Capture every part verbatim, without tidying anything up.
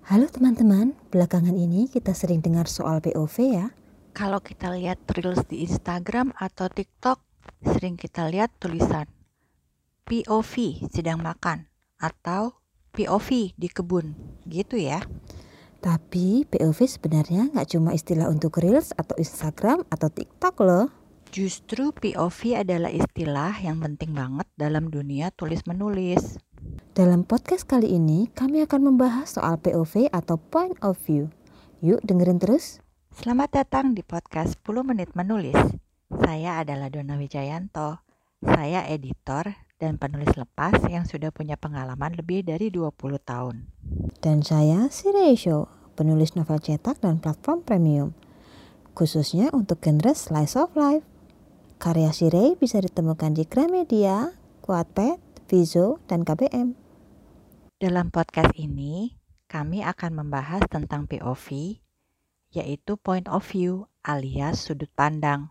Halo teman-teman, belakangan ini kita sering dengar soal P O V ya. Kalau kita lihat Reels di Instagram atau TikTok, sering kita lihat tulisan P O V sedang makan atau P O V di kebun, gitu ya. Tapi P O V sebenarnya nggak cuma istilah untuk Reels atau Instagram atau TikTok loh. Justru P O V adalah istilah yang penting banget dalam dunia tulis-menulis. Dalam podcast kali ini, kami akan membahas soal P O V atau Point of View. Yuk dengerin terus. Selamat datang di podcast sepuluh menit menulis. Saya adalah Donna Wijayanto. Saya editor dan penulis lepas yang sudah punya pengalaman lebih dari dua puluh tahun. Dan saya Sirey Show, penulis novel cetak dan platform premium, khususnya untuk genre slice of life. Karya Sirey bisa ditemukan di Gramedia, Wattpad, Vizo, dan K B M. Dalam podcast ini, kami akan membahas tentang P O V, yaitu point of view alias sudut pandang.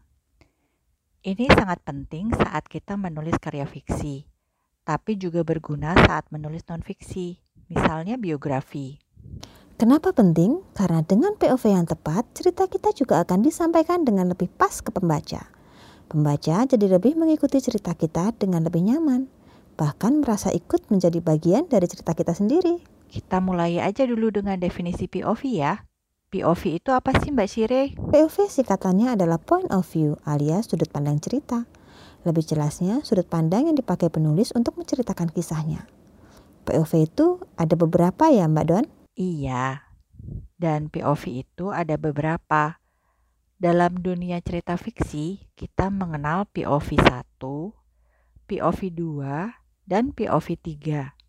Ini sangat penting saat kita menulis karya fiksi, tapi juga berguna saat menulis non-fiksi, misalnya biografi. Kenapa penting? Karena dengan P O V yang tepat, cerita kita juga akan disampaikan dengan lebih pas ke pembaca. Pembaca jadi lebih mengikuti cerita kita dengan lebih nyaman, bahkan merasa ikut menjadi bagian dari cerita kita sendiri. Kita mulai aja dulu dengan definisi P O V ya. P O V itu apa sih Mbak Sirey? P O V singkatannya adalah point of view alias sudut pandang cerita. Lebih jelasnya, sudut pandang yang dipakai penulis untuk menceritakan kisahnya. P O V itu ada beberapa ya Mbak Don? Iya, dan P O V itu ada beberapa. Dalam dunia cerita fiksi, kita mengenal P O V satu, P O V dua, dan P O V tiga.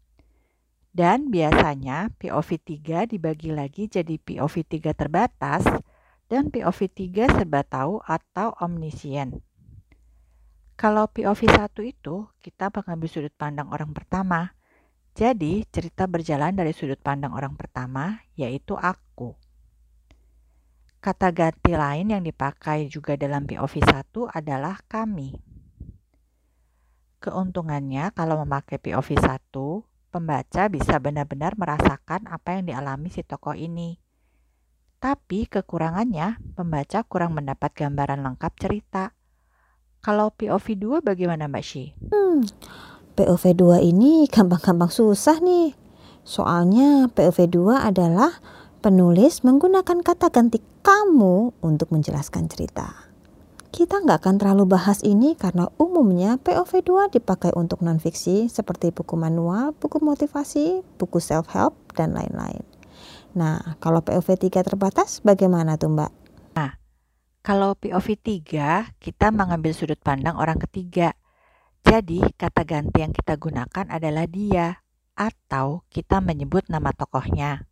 Dan biasanya P O V tiga dibagi lagi jadi P O V tiga terbatas dan P O V tiga serba tahu atau omniscient. Kalau P O V satu itu, kita mengambil sudut pandang orang pertama. Jadi, cerita berjalan dari sudut pandang orang pertama, yaitu aku. Kata ganti lain yang dipakai juga dalam P O V satu adalah kami. Keuntungannya kalau memakai P O V satu, pembaca bisa benar-benar merasakan apa yang dialami si tokoh ini. Tapi kekurangannya, pembaca kurang mendapat gambaran lengkap cerita. Kalau P O V dua bagaimana Mbak Shi? Hmm, P O V dua ini gampang-gampang susah nih. Soalnya P O V dua adalah penulis menggunakan kata ganti kamu untuk menjelaskan cerita. Kita nggak akan terlalu bahas ini karena umumnya P O V dua dipakai untuk non-fiksi seperti buku manual, buku motivasi, buku self-help, dan lain-lain. Nah, kalau P O V tiga terbatas bagaimana tuh Mbak? Nah, kalau P O V tiga, kita mengambil sudut pandang orang ketiga. Jadi, kata ganti yang kita gunakan adalah dia, atau kita menyebut nama tokohnya.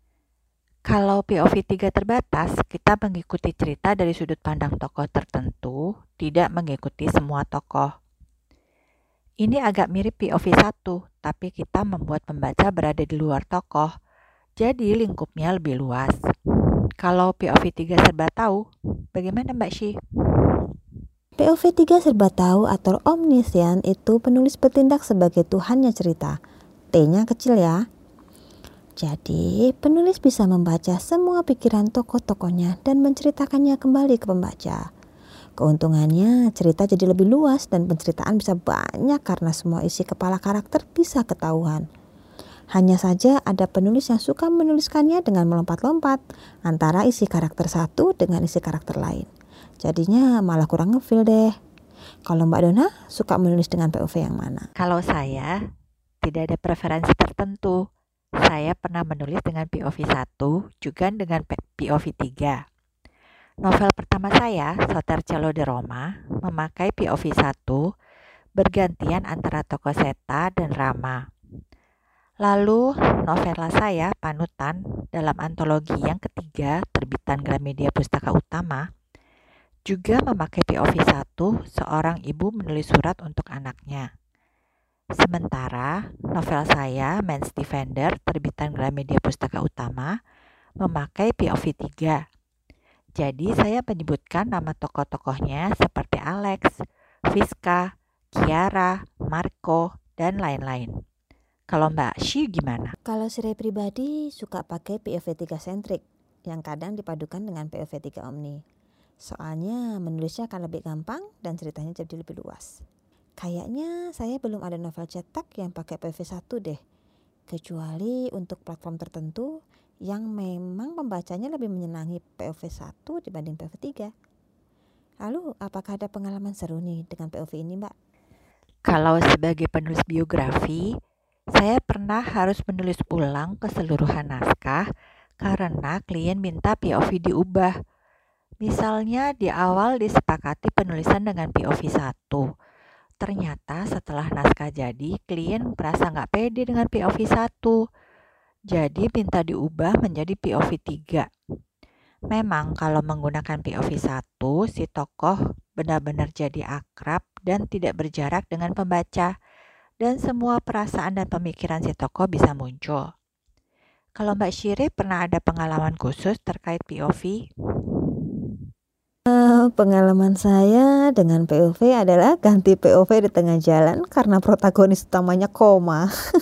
Kalau P O V tiga terbatas, kita mengikuti cerita dari sudut pandang tokoh tertentu, tidak mengikuti semua tokoh. Ini agak mirip P O V satu, tapi kita membuat pembaca berada di luar tokoh, jadi lingkupnya lebih luas. Kalau P O V tiga serba tahu, bagaimana Mbak Shi? P O V tiga serba tahu atau omniscient itu penulis bertindak sebagai Tuhannya cerita. T-nya kecil ya. Jadi, penulis bisa membaca semua pikiran tokoh-tokohnya dan menceritakannya kembali ke pembaca. Keuntungannya, cerita jadi lebih luas dan penceritaan bisa banyak karena semua isi kepala karakter bisa ketahuan. Hanya saja ada penulis yang suka menuliskannya dengan melompat-lompat antara isi karakter satu dengan isi karakter lain. Jadinya malah kurang ngefeel deh. Kalau Mbak Donna suka menulis dengan P O V yang mana? Kalau saya, tidak ada preferensi tertentu. Saya pernah menulis dengan P O V satu, juga dengan P O V tiga. Novel pertama saya, Sotercello de Roma, memakai P O V satu, bergantian antara tokoh Seta dan Rama. Lalu, novela saya, Panutan, dalam antologi yang ketiga, terbitan Gramedia Pustaka Utama, juga memakai P O V satu, seorang ibu menulis surat untuk anaknya. Sementara, novel saya, Man's Defender, terbitan Gramedia Pustaka Utama, memakai P O V tiga. Jadi, saya menyebutkan nama tokoh-tokohnya seperti Alex, Fiska, Kiara, Marco, dan lain-lain. Kalau Mbak Shi gimana? Kalau Sire pribadi suka pakai P O V tiga sentrik yang kadang dipadukan dengan P O V tiga omni. Soalnya menulisnya akan lebih gampang dan ceritanya jadi lebih luas. Kayaknya saya belum ada novel cetak yang pakai P O V satu deh. Kecuali untuk platform tertentu yang memang pembacanya lebih menyenangi P O V satu dibanding P O V tiga. Lalu apakah ada pengalaman seru nih dengan P O V ini, Mbak? Kalau sebagai penulis biografi, saya pernah harus menulis ulang keseluruhan naskah karena klien minta P O V diubah. Misalnya di awal disepakati penulisan dengan P O V satu. Ternyata setelah naskah jadi, klien merasa nggak pede dengan P O V satu. Jadi minta diubah menjadi P O V tiga. Memang kalau menggunakan P O V satu, si tokoh benar-benar jadi akrab dan tidak berjarak dengan pembaca. Dan semua perasaan dan pemikiran si tokoh bisa muncul. Kalau Mbak Shire pernah ada pengalaman khusus terkait P O V? Uh, pengalaman saya dengan P O V adalah ganti P O V di tengah jalan karena protagonis utamanya koma.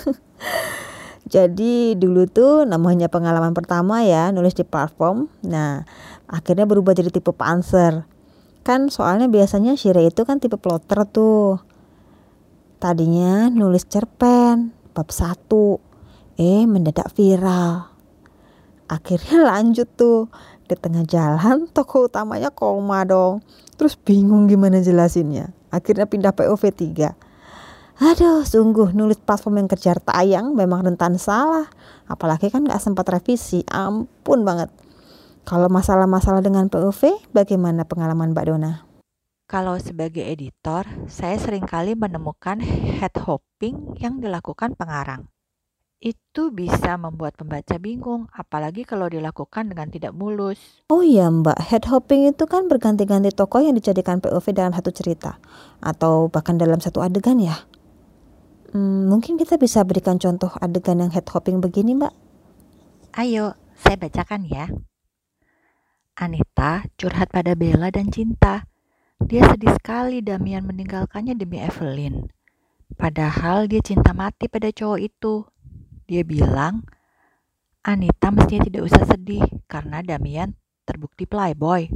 Jadi dulu tuh namanya pengalaman pertama ya, nulis di platform. Nah, akhirnya berubah jadi tipe Panzer. Kan soalnya biasanya Shire itu kan tipe plotter tuh. Tadinya nulis cerpen bab satu, eh mendadak viral. Akhirnya lanjut tuh, di tengah jalan tokoh utamanya koma dong. Terus bingung gimana jelasinnya. Akhirnya pindah P O V tiga. Aduh, sungguh nulis platform yang kejar tayang memang rentan salah. Apalagi kan gak sempat revisi, ampun banget. Kalau masalah-masalah dengan P O V, bagaimana pengalaman Mbak Dona? Kalau sebagai editor, saya seringkali menemukan head hopping yang dilakukan pengarang. Itu bisa membuat pembaca bingung, apalagi kalau dilakukan dengan tidak mulus. Oh iya Mbak, head hopping itu kan berganti-ganti tokoh yang dijadikan P O V dalam satu cerita, atau bahkan dalam satu adegan ya. Hmm, mungkin kita bisa berikan contoh adegan yang head hopping begini Mbak. Ayo, saya bacakan ya. Anita curhat pada Bella dan Cinta. Dia sedih sekali Damian meninggalkannya demi Evelyn. Padahal dia cinta mati pada cowok itu. Dia bilang, Anita mestinya tidak usah sedih karena Damian terbukti playboy.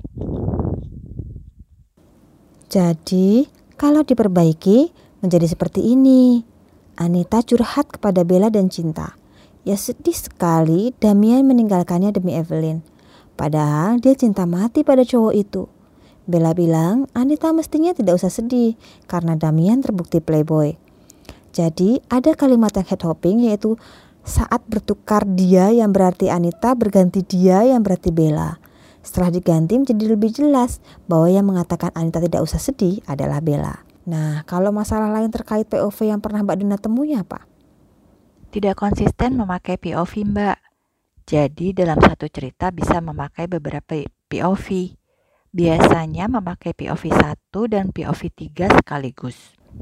Jadi, kalau diperbaiki menjadi seperti ini. Anita curhat kepada Bella dan Cinta. Ya sedih sekali Damian meninggalkannya demi Evelyn. Padahal dia cinta mati pada cowok itu. Bella bilang Anita mestinya tidak usah sedih karena Damian terbukti playboy. Jadi ada kalimat yang head hopping yaitu saat bertukar dia yang berarti Anita berganti dia yang berarti Bella. Setelah diganti menjadi lebih jelas bahwa yang mengatakan Anita tidak usah sedih adalah Bella. Nah, kalau masalah lain terkait P O V yang pernah Mbak Dona temui apa? Tidak konsisten memakai P O V Mbak. Jadi dalam satu cerita bisa memakai beberapa P O V. Biasanya memakai P O V satu dan P O V tiga sekaligus.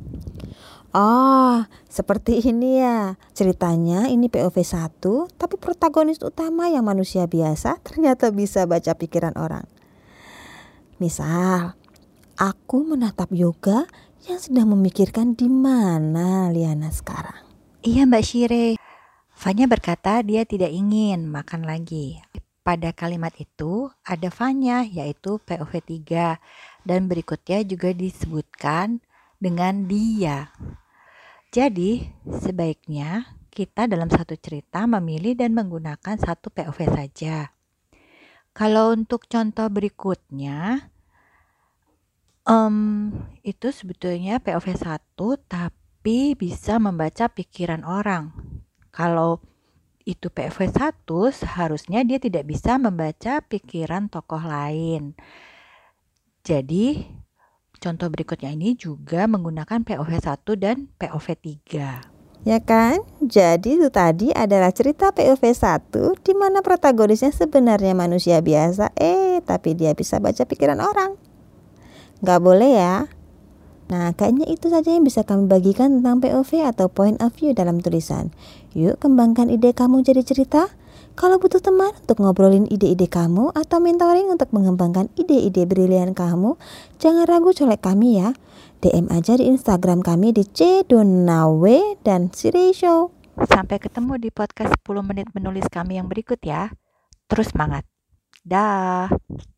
Oh, seperti ini ya. Ceritanya ini P O V satu, tapi protagonis utama yang manusia biasa ternyata bisa baca pikiran orang. Misal, aku menatap Yoga yang sedang memikirkan di mana Liana sekarang. Iya Mbak Shire. Fanya berkata dia tidak ingin makan lagi. Pada kalimat itu ada Fanya yaitu P O V tiga dan berikutnya juga disebutkan dengan dia. Jadi sebaiknya kita dalam satu cerita memilih dan menggunakan satu P O V saja. Kalau untuk contoh berikutnya um, itu sebetulnya P O V satu tapi bisa membaca pikiran orang. Kalau itu P O V satu seharusnya dia tidak bisa membaca pikiran tokoh lain. Jadi contoh berikutnya ini juga menggunakan P O V satu dan P O V tiga. Ya kan? Jadi itu tadi adalah cerita P O V satu di mana protagonisnya sebenarnya manusia biasa, eh tapi dia bisa baca pikiran orang. Gak boleh ya. Nah, kayaknya itu saja yang bisa kami bagikan tentang P O V atau point of view dalam tulisan. Yuk kembangkan ide kamu jadi cerita. Kalau butuh teman untuk ngobrolin ide-ide kamu atau mentoring untuk mengembangkan ide-ide brilian kamu, jangan ragu colek kami ya. D M aja di Instagram kami di c donawe dan Shire Show. Sampai ketemu di podcast sepuluh menit menulis kami yang berikut ya. Terus semangat. Dah.